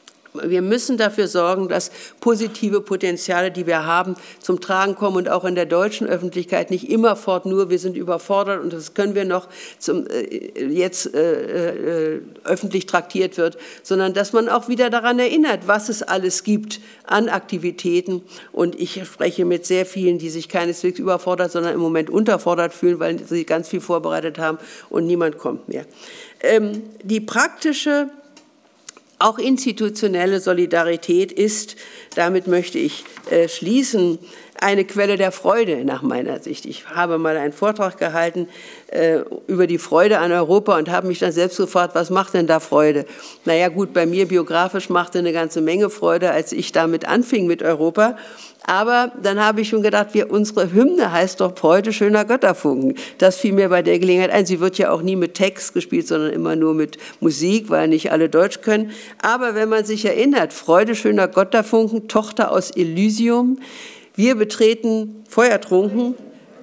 Wir müssen dafür sorgen, dass positive Potenziale, die wir haben, zum Tragen kommen und auch in der deutschen Öffentlichkeit nicht immerfort nur, wir sind überfordert und das können wir noch zum, äh, jetzt äh, äh, öffentlich traktiert wird, sondern dass man auch wieder daran erinnert, was es alles gibt an Aktivitäten. Und ich spreche mit sehr vielen, die sich keineswegs überfordert, sondern im Moment unterfordert fühlen, weil sie ganz viel vorbereitet haben und niemand kommt mehr. Ähm, die praktische Auch institutionelle Solidarität ist, damit möchte ich äh, schließen, eine Quelle der Freude nach meiner Sicht. Ich habe mal einen Vortrag gehalten äh, über die Freude an Europa und habe mich dann selbst gefragt, was macht denn da Freude? Naja gut, bei mir biografisch machte eine ganze Menge Freude, als ich damit anfing mit Europa. Aber dann habe ich schon gedacht, wir, unsere Hymne heißt doch Freude schöner Götterfunken. Das fiel mir bei der Gelegenheit ein. Sie wird ja auch nie mit Text gespielt, sondern immer nur mit Musik, weil nicht alle Deutsch können. Aber wenn man sich erinnert, Freude schöner Götterfunken, Tochter aus Elysium, wir betreten feuertrunken,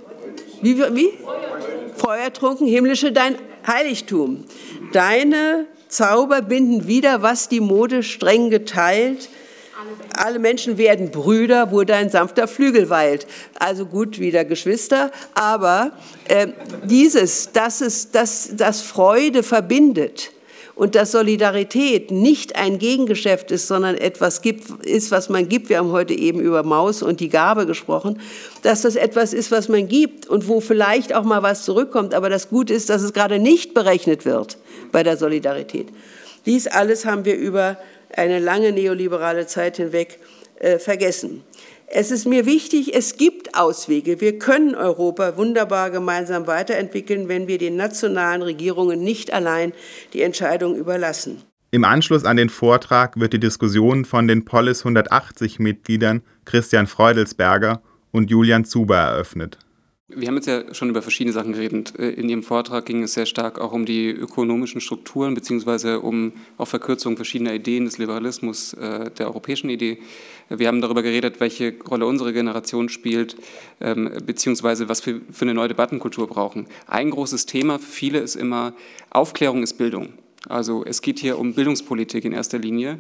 wie, wie? Feuertrunken, himmlische dein Heiligtum. Deine Zauber binden wieder, was die Mode streng geteilt. Alle Menschen werden Brüder, wo dein sanfter Flügel weilt. Also gut, wieder Geschwister. Aber äh, dieses, dass es, dass, dass Freude verbindet und dass Solidarität nicht ein Gegengeschäft ist, sondern etwas gibt, ist, was man gibt. Wir haben heute eben über Maus und die Gabe gesprochen, dass das etwas ist, was man gibt und wo vielleicht auch mal was zurückkommt. Aber das Gute ist, dass es gerade nicht berechnet wird bei der Solidarität. Dies alles haben wir über eine lange neoliberale Zeit hinweg äh, vergessen. Es ist mir wichtig, es gibt Auswege. Wir können Europa wunderbar gemeinsam weiterentwickeln, wenn wir den nationalen Regierungen nicht allein die Entscheidung überlassen. Im Anschluss an den Vortrag wird die Diskussion von den Polis hundertachtzig-Mitgliedern Christian Freudelsberger und Julian Zuber eröffnet. Wir haben jetzt ja schon über verschiedene Sachen geredet. In Ihrem Vortrag ging es sehr stark auch um die ökonomischen Strukturen beziehungsweise um auch Verkürzung verschiedener Ideen des Liberalismus, der europäischen Idee. Wir haben darüber geredet, welche Rolle unsere Generation spielt, beziehungsweise was wir für eine neue Debattenkultur brauchen. Ein großes Thema für viele ist immer, Aufklärung ist Bildung. Also es geht hier um Bildungspolitik in erster Linie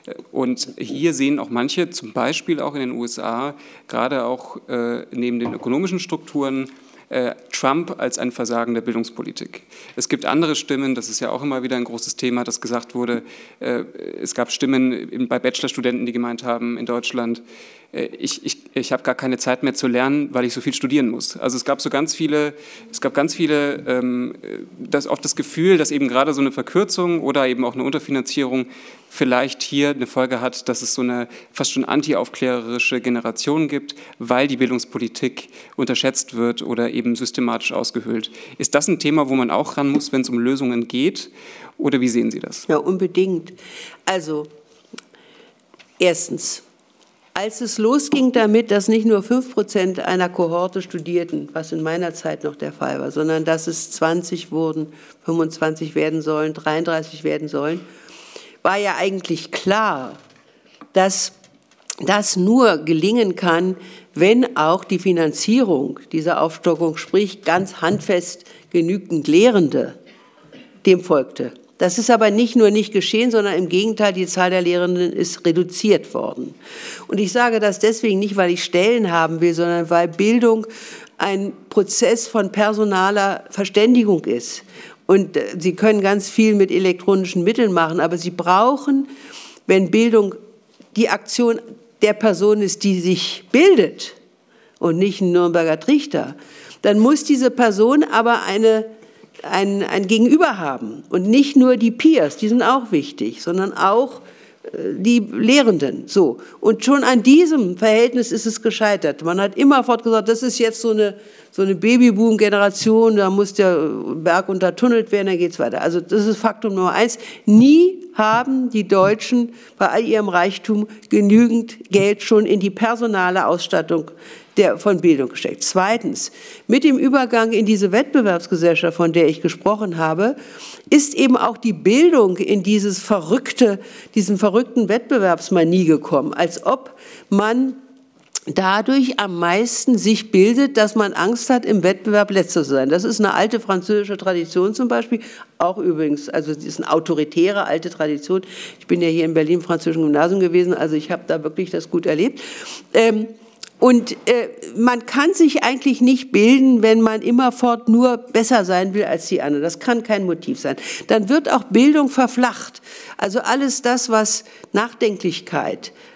und hier sehen auch manche, zum Beispiel auch in den U S A, gerade auch äh, neben den ökonomischen Strukturen, äh, Trump als ein Versagen der Bildungspolitik. Es gibt andere Stimmen, das ist ja auch immer wieder ein großes Thema, das gesagt wurde, äh, es gab Stimmen bei Bachelorstudenten, die gemeint haben in Deutschland, Ich, ich, ich habe gar keine Zeit mehr zu lernen, weil ich so viel studieren muss. Also es gab so ganz viele, es gab ganz viele, ähm, das, oft das Gefühl, dass eben gerade so eine Verkürzung oder eben auch eine Unterfinanzierung vielleicht hier eine Folge hat, dass es so eine fast schon antiaufklärerische Generation gibt, weil die Bildungspolitik unterschätzt wird oder eben systematisch ausgehöhlt. Ist das ein Thema, wo man auch ran muss, wenn es um Lösungen geht? Oder wie sehen Sie das? Ja, unbedingt. Also, erstens, als es losging damit, dass nicht nur fünf Prozent einer Kohorte studierten, was in meiner Zeit noch der Fall war, sondern dass es zwanzig wurden, fünfundzwanzig werden sollen, dreiunddreißig werden sollen, war ja eigentlich klar, dass das nur gelingen kann, wenn auch die Finanzierung dieser Aufstockung, sprich ganz handfest genügend Lehrende, dem folgte. Das ist aber nicht nur nicht geschehen, sondern im Gegenteil, die Zahl der Lehrenden ist reduziert worden. Und ich sage das deswegen nicht, weil ich Stellen haben will, sondern weil Bildung ein Prozess von personaler Verständigung ist. Und Sie können ganz viel mit elektronischen Mitteln machen, aber Sie brauchen, wenn Bildung die Aktion der Person ist, die sich bildet und nicht ein Nürnberger Trichter, dann muss diese Person aber eine Ein, ein Gegenüber haben und nicht nur die Peers, die sind auch wichtig, sondern auch äh, die Lehrenden. So. Und schon an diesem Verhältnis ist es gescheitert. Man hat immerfort gesagt, das ist jetzt so eine, so eine Babyboom-Generation, da muss der Berg untertunnelt werden, dann geht es weiter. Also das ist Faktum Nummer eins. Nie haben die Deutschen bei all ihrem Reichtum genügend Geld schon in die personale Ausstattung der von Bildung gesteckt. Zweitens, mit dem Übergang in diese Wettbewerbsgesellschaft, von der ich gesprochen habe, ist eben auch die Bildung in dieses verrückte, diesen verrückten Wettbewerbsmanie gekommen, als ob man dadurch am meisten sich bildet, dass man Angst hat, im Wettbewerb Letzter zu sein. Das ist eine alte französische Tradition zum Beispiel, auch übrigens, also es ist eine autoritäre alte Tradition. Ich bin ja hier in Berlin im französischen Gymnasium gewesen, also ich habe da wirklich das gut erlebt. Ähm, Und äh, man kann sich eigentlich nicht bilden, wenn man immerfort nur besser sein will als die anderen. Das kann kein Motiv sein. Dann wird auch Bildung verflacht. Also alles das, was Nachdenklichkeit,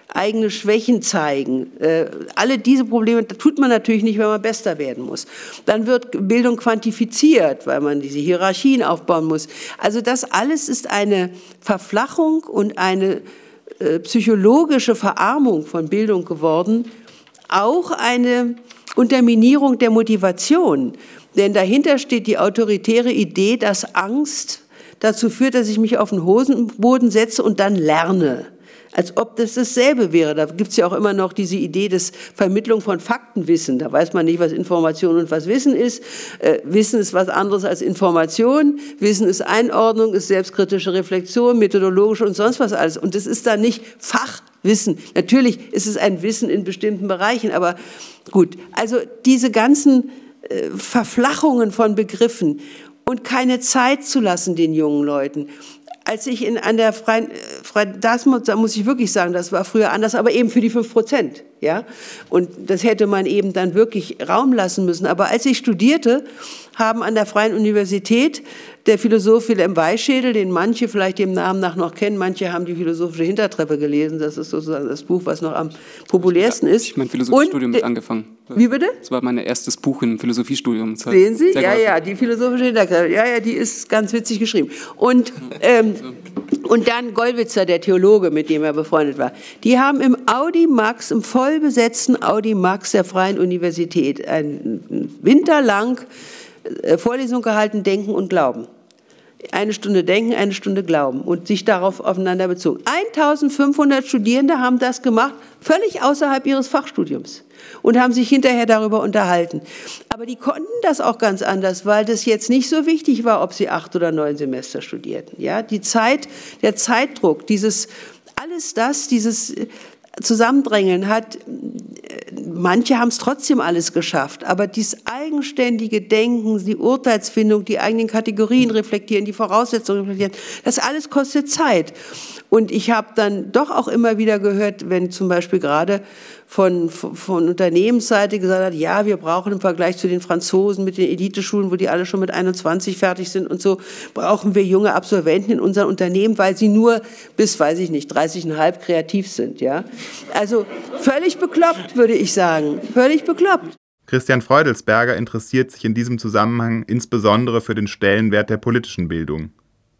eigene Schwächen zeigen. Äh, alle diese Probleme, das tut man natürlich nicht, wenn man Bester werden muss. Dann wird Bildung quantifiziert, weil man diese Hierarchien aufbauen muss. Also das alles ist eine Verflachung und eine äh, psychologische Verarmung von Bildung geworden, auch eine Unterminierung der Motivation. Denn dahinter steht die autoritäre Idee, dass Angst dazu führt, dass ich mich auf den Hosenboden setze und dann lerne. Als ob das dasselbe wäre. Da gibt es ja auch immer noch diese Idee des Vermittlung von Faktenwissen. Da weiß man nicht, was Information und was Wissen ist. Äh, Wissen ist was anderes als Information. Wissen ist Einordnung, ist selbstkritische Reflexion, methodologische und sonst was alles. Und das ist dann nicht Fachwissen. Natürlich ist es ein Wissen in bestimmten Bereichen, aber gut. Also diese ganzen äh, Verflachungen von Begriffen und keine Zeit zu lassen den jungen Leuten. Als ich in, an der Freien, Freien das muss, da muss ich wirklich sagen, das war früher anders, aber eben für die fünf Prozent. Ja? Und das hätte man eben dann wirklich Raum lassen müssen. Aber als ich studierte, haben an der Freien Universität der Philosoph Wilhelm Weischädel, den manche vielleicht dem Namen nach noch kennen, manche haben die philosophische Hintertreppe gelesen, das ist sozusagen das Buch, was noch am populärsten ist. Ich habe mein Philosophiestudium mit angefangen. Wie bitte? Das war mein erstes Buch im Philosophiestudium. Sehen Sie? Ja, ja, die philosophische Hintertreppe, ja, ja, die ist ganz witzig geschrieben. Und, ähm, und dann Gollwitzer, der Theologe, mit dem er befreundet war, die haben im Audimax, im vollbesetzten Audimax der Freien Universität, einen Winter lang Vorlesung gehalten, Denken und Glauben. Eine Stunde Denken, eine Stunde Glauben und sich darauf aufeinander bezogen. eintausendfünfhundert Studierende haben das gemacht, völlig außerhalb ihres Fachstudiums und haben sich hinterher darüber unterhalten. Aber die konnten das auch ganz anders, weil das jetzt nicht so wichtig war, ob sie acht oder neun Semester studierten. Ja, die Zeit, der Zeitdruck, dieses, alles das, dieses Zusammendrängeln hat, manche haben es trotzdem alles geschafft, aber dieses eigenständige Denken, die Urteilsfindung, die eigenen Kategorien reflektieren, die Voraussetzungen reflektieren, das alles kostet Zeit. Und ich habe dann doch auch immer wieder gehört, wenn zum Beispiel gerade von, von Unternehmensseite gesagt hat, ja, wir brauchen im Vergleich zu den Franzosen mit den Eliteschulen, wo die alle schon mit einundzwanzig fertig sind und so, brauchen wir junge Absolventen in unseren Unternehmen, weil sie nur bis, weiß ich nicht, dreißig Komma fünf kreativ sind. Ja? Also völlig bekloppt, würde ich sagen. Völlig bekloppt. Christian Freudelsberger interessiert sich in diesem Zusammenhang insbesondere für den Stellenwert der politischen Bildung.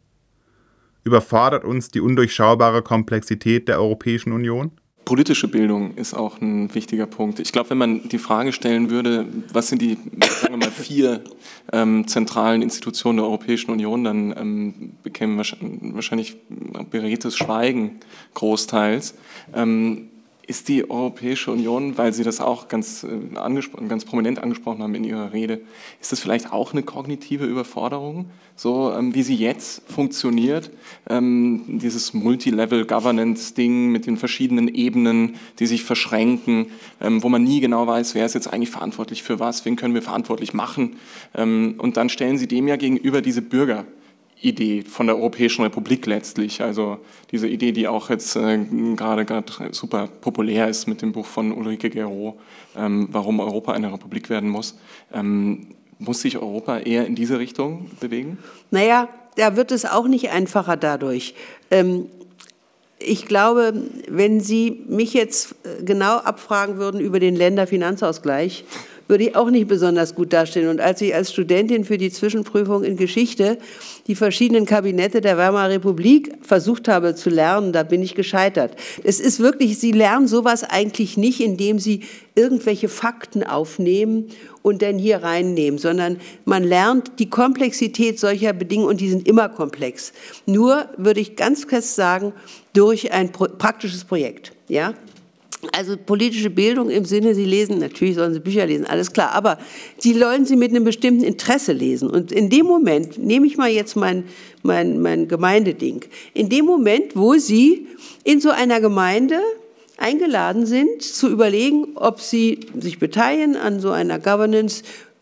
Überfordert uns die undurchschaubare Komplexität der Europäischen Union? Politische Bildung ist auch ein wichtiger Punkt. Ich glaube, wenn man die Frage stellen würde, was sind die, sagen wir mal, vier ähm, zentralen Institutionen der Europäischen Union, dann ähm, bekämen wir wahrscheinlich beredtes Schweigen großteils. Ähm, Ist die Europäische Union, weil Sie das auch ganz, äh, angespro- ganz prominent angesprochen haben in Ihrer Rede, ist das vielleicht auch eine kognitive Überforderung, so ähm, wie sie jetzt funktioniert? Ähm, dieses Multilevel-Governance-Ding mit den verschiedenen Ebenen, die sich verschränken, ähm, wo man nie genau weiß, wer ist jetzt eigentlich verantwortlich für was, wen können wir verantwortlich machen. Ähm, und dann stellen Sie dem ja gegenüber diese Bürger. Idee von der Europäischen Republik letztlich, also diese Idee, die auch jetzt äh, gerade gerade super populär ist mit dem Buch von Ulrike Guérot, ähm, warum Europa eine Republik werden muss. Ähm, muss sich Europa eher in diese Richtung bewegen? Naja, da wird es auch nicht einfacher dadurch. Ähm, ich glaube, wenn Sie mich jetzt genau abfragen würden über den Länderfinanzausgleich, würde ich auch nicht besonders gut dastehen. Und als ich als Studentin für die Zwischenprüfung in Geschichte die verschiedenen Kabinette der Weimarer Republik versucht habe zu lernen, da bin ich gescheitert. Es ist wirklich, Sie lernen sowas eigentlich nicht, indem Sie irgendwelche Fakten aufnehmen und dann hier reinnehmen, sondern man lernt die Komplexität solcher Bedingungen, und die sind immer komplex. Nur, würde ich ganz fest sagen, durch ein praktisches Projekt, ja. Also politische Bildung im Sinne, Sie lesen, natürlich sollen Sie Bücher lesen, alles klar, aber Sie sollen sie mit einem bestimmten Interesse lesen. Und in dem Moment, nehme ich mal jetzt mein, mein, mein Gemeindeding, in dem Moment, wo Sie in so einer Gemeinde eingeladen sind, zu überlegen, ob Sie sich beteiligen an so einer Governance,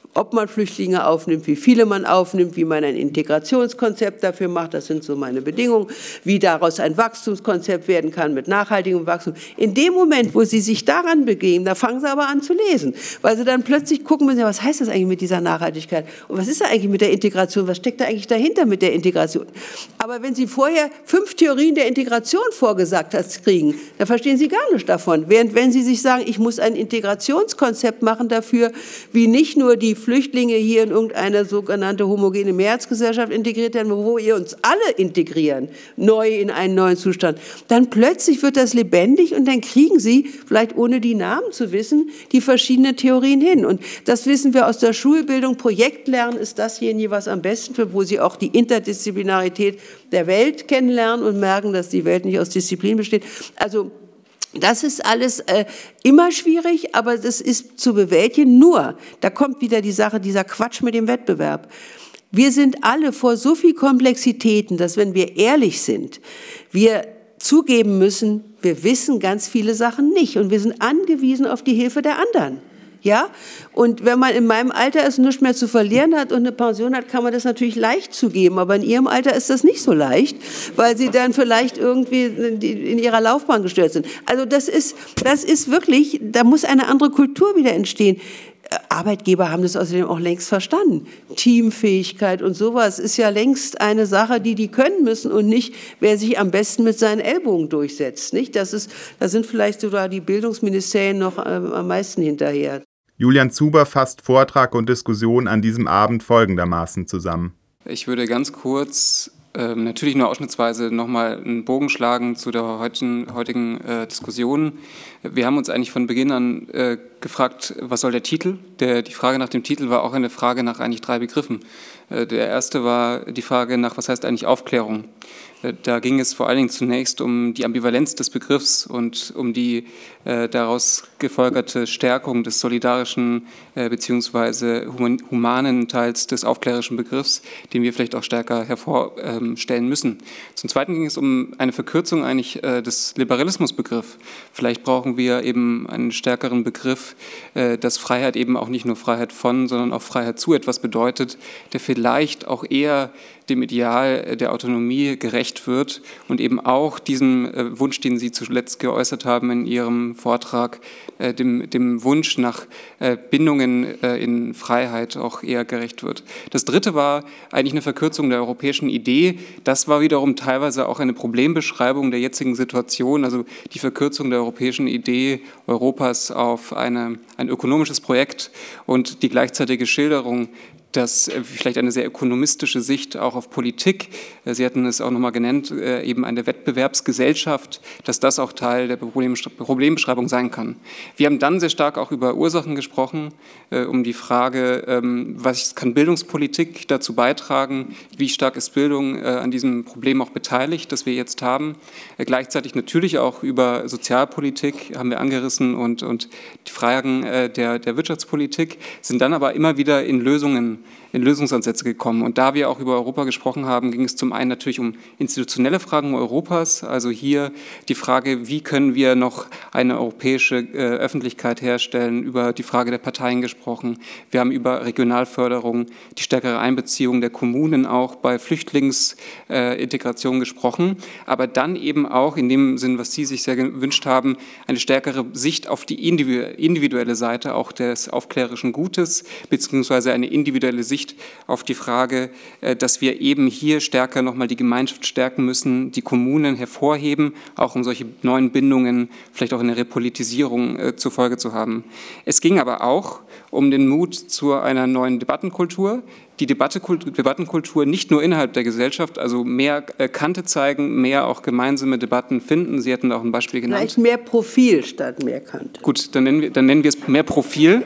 Ob man Flüchtlinge aufnimmt, wie viele man aufnimmt, wie man ein Integrationskonzept dafür macht, das sind so meine Bedingungen, wie daraus ein Wachstumskonzept werden kann mit nachhaltigem Wachstum. In dem Moment, wo Sie sich daran begeben, da fangen Sie aber an zu lesen, weil Sie dann plötzlich gucken müssen, was heißt das eigentlich mit dieser Nachhaltigkeit und was ist da eigentlich mit der Integration, was steckt da eigentlich dahinter mit der Integration. Aber wenn Sie vorher fünf Theorien der Integration vorgesagt hast, kriegen, dann verstehen Sie gar nicht davon. Während wenn Sie sich sagen, ich muss ein Integrationskonzept machen dafür, wie nicht nur die Flüchtlinge hier in irgendeine sogenannte homogene Mehrheitsgesellschaft integriert werden, wo wir uns alle integrieren, neu in einen neuen Zustand, dann plötzlich wird das lebendig und dann kriegen Sie, vielleicht ohne die Namen zu wissen, die verschiedenen Theorien hin. Und das wissen wir aus der Schulbildung. Projektlernen ist dasjenige, was am besten wird, wo Sie auch die Interdisziplinarität der Welt kennenlernen und merken, dass die Welt nicht aus Disziplin besteht. Also das ist alles äh, immer schwierig, aber das ist zu bewältigen. Nur, da kommt wieder die Sache, dieser Quatsch mit dem Wettbewerb. Wir sind alle vor so viel Komplexitäten, dass wenn wir ehrlich sind, wir zugeben müssen, wir wissen ganz viele Sachen nicht und wir sind angewiesen auf die Hilfe der anderen. Ja? Und wenn man in meinem Alter ist, nichts mehr zu verlieren hat und eine Pension hat, kann man das natürlich leicht zugeben. Aber in Ihrem Alter ist das nicht so leicht, weil Sie dann vielleicht irgendwie in Ihrer Laufbahn gestört sind. Also das ist, das ist wirklich, da muss eine andere Kultur wieder entstehen. Arbeitgeber haben das außerdem auch längst verstanden. Teamfähigkeit und sowas ist ja längst eine Sache, die die können müssen und nicht, wer sich am besten mit seinen Ellbogen durchsetzt. Nicht? Das ist, da sind vielleicht sogar die Bildungsministerien noch ähm, am meisten hinterher. Julian Zuber fasst Vortrag und Diskussion an diesem Abend folgendermaßen zusammen. Ich würde ganz kurz, äh, natürlich nur ausschnittsweise, nochmal einen Bogen schlagen zu der heutigen, heutigen äh, Diskussion. Wir haben uns eigentlich von Beginn an äh, gefragt, was soll der Titel? Der, die Frage nach dem Titel war auch eine Frage nach eigentlich drei Begriffen. Äh, der erste war die Frage nach, was heißt eigentlich Aufklärung? Äh, da ging es vor allen Dingen zunächst um die Ambivalenz des Begriffs und um die äh, daraus gefolgerte Stärkung des solidarischen äh, bzw. humanen Teils des aufklärerischen Begriffs, den wir vielleicht auch stärker hervorstellen äh, müssen. Zum Zweiten ging es um eine Verkürzung eigentlich äh, des Liberalismusbegriffs. Vielleicht brauchen wir eben einen stärkeren Begriff, äh, dass Freiheit eben auch nicht nur Freiheit von, sondern auch Freiheit zu etwas bedeutet, der vielleicht auch eher dem Ideal der Autonomie gerecht wird und eben auch diesem äh, Wunsch, den Sie zuletzt geäußert haben in Ihrem Vortrag, äh, dem, dem Wunsch nach äh, Bindungen äh, in Freiheit auch eher gerecht wird. Das Dritte war eigentlich eine Verkürzung der europäischen Idee. Das war wiederum teilweise auch eine Problembeschreibung der jetzigen Situation, also die Verkürzung der europäischen Idee Europas auf eine, ein ökonomisches Projekt und die gleichzeitige Schilderung, dass vielleicht eine sehr ökonomistische Sicht auch auf Politik, Sie hatten es auch nochmal genannt, eben eine Wettbewerbsgesellschaft, dass das auch Teil der Problembeschreibung sein kann. Wir haben dann sehr stark auch über Ursachen gesprochen, um die Frage, was kann Bildungspolitik dazu beitragen, wie stark ist Bildung an diesem Problem auch beteiligt, das wir jetzt haben. Gleichzeitig natürlich auch über Sozialpolitik haben wir angerissen und, und die Fragen der, der Wirtschaftspolitik, sind dann aber immer wieder in Lösungen in Lösungsansätze gekommen. Und da wir auch über Europa gesprochen haben, ging es zum einen natürlich um institutionelle Fragen Europas, also hier die Frage, wie können wir noch eine europäische äh, Öffentlichkeit herstellen, über die Frage der Parteien gesprochen. Wir haben über Regionalförderung, die stärkere Einbeziehung der Kommunen auch bei Flüchtlingsintegration äh, gesprochen, aber dann eben auch in dem Sinn, was Sie sich sehr gewünscht haben, eine stärkere Sicht auf die individuelle Seite auch des aufklärerischen Gutes, beziehungsweise eine individuelle Sicht auf die Frage, dass wir eben hier stärker nochmal die Gemeinschaft stärken müssen, die Kommunen hervorheben, auch um solche neuen Bindungen, vielleicht auch eine Repolitisierung äh, zur Folge zu haben. Es ging aber auch um den Mut zu einer neuen Debattenkultur, die Debattekultur, Debattenkultur nicht nur innerhalb der Gesellschaft, also mehr äh, Kante zeigen, mehr auch gemeinsame Debatten finden. Sie hatten auch ein Beispiel genannt. Vielleicht mehr Profil statt mehr Kante. Gut, dann nennen wir, dann nennen wir es mehr Profil.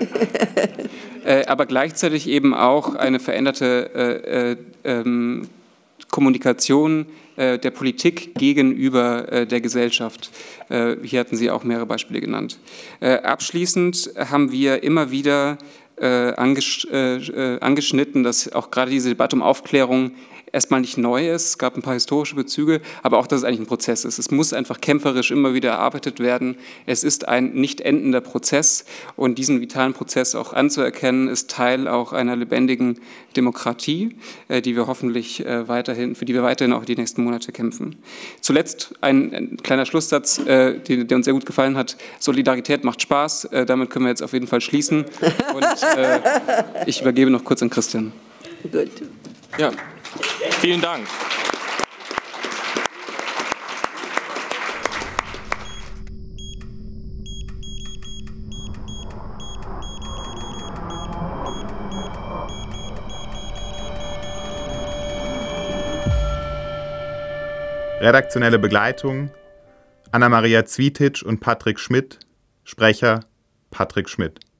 Äh, aber gleichzeitig eben auch eine veränderte äh, äh, ähm, Kommunikation äh, der Politik gegenüber äh, der Gesellschaft. Äh, hier hatten Sie auch mehrere Beispiele genannt. Äh, abschließend haben wir immer wieder äh, angesch äh, angeschnitten, dass auch gerade diese Debatte um Aufklärung erstmal nicht neu ist. Es gab ein paar historische Bezüge, aber auch, dass es eigentlich ein Prozess ist. Es muss einfach kämpferisch immer wieder erarbeitet werden. Es ist ein nicht endender Prozess und diesen vitalen Prozess auch anzuerkennen, ist Teil auch einer lebendigen Demokratie, die wir hoffentlich weiterhin, für die wir weiterhin auch die nächsten Monate kämpfen. Zuletzt ein, ein kleiner Schlusssatz, der, der uns sehr gut gefallen hat. Solidarität macht Spaß. Damit können wir jetzt auf jeden Fall schließen. Und äh, ich übergebe noch kurz an Christian. Gut. Ja, vielen Dank. Redaktionelle Begleitung Anna-Maria Zwietitsch und Patrick Schmidt. Sprecher Patrick Schmidt.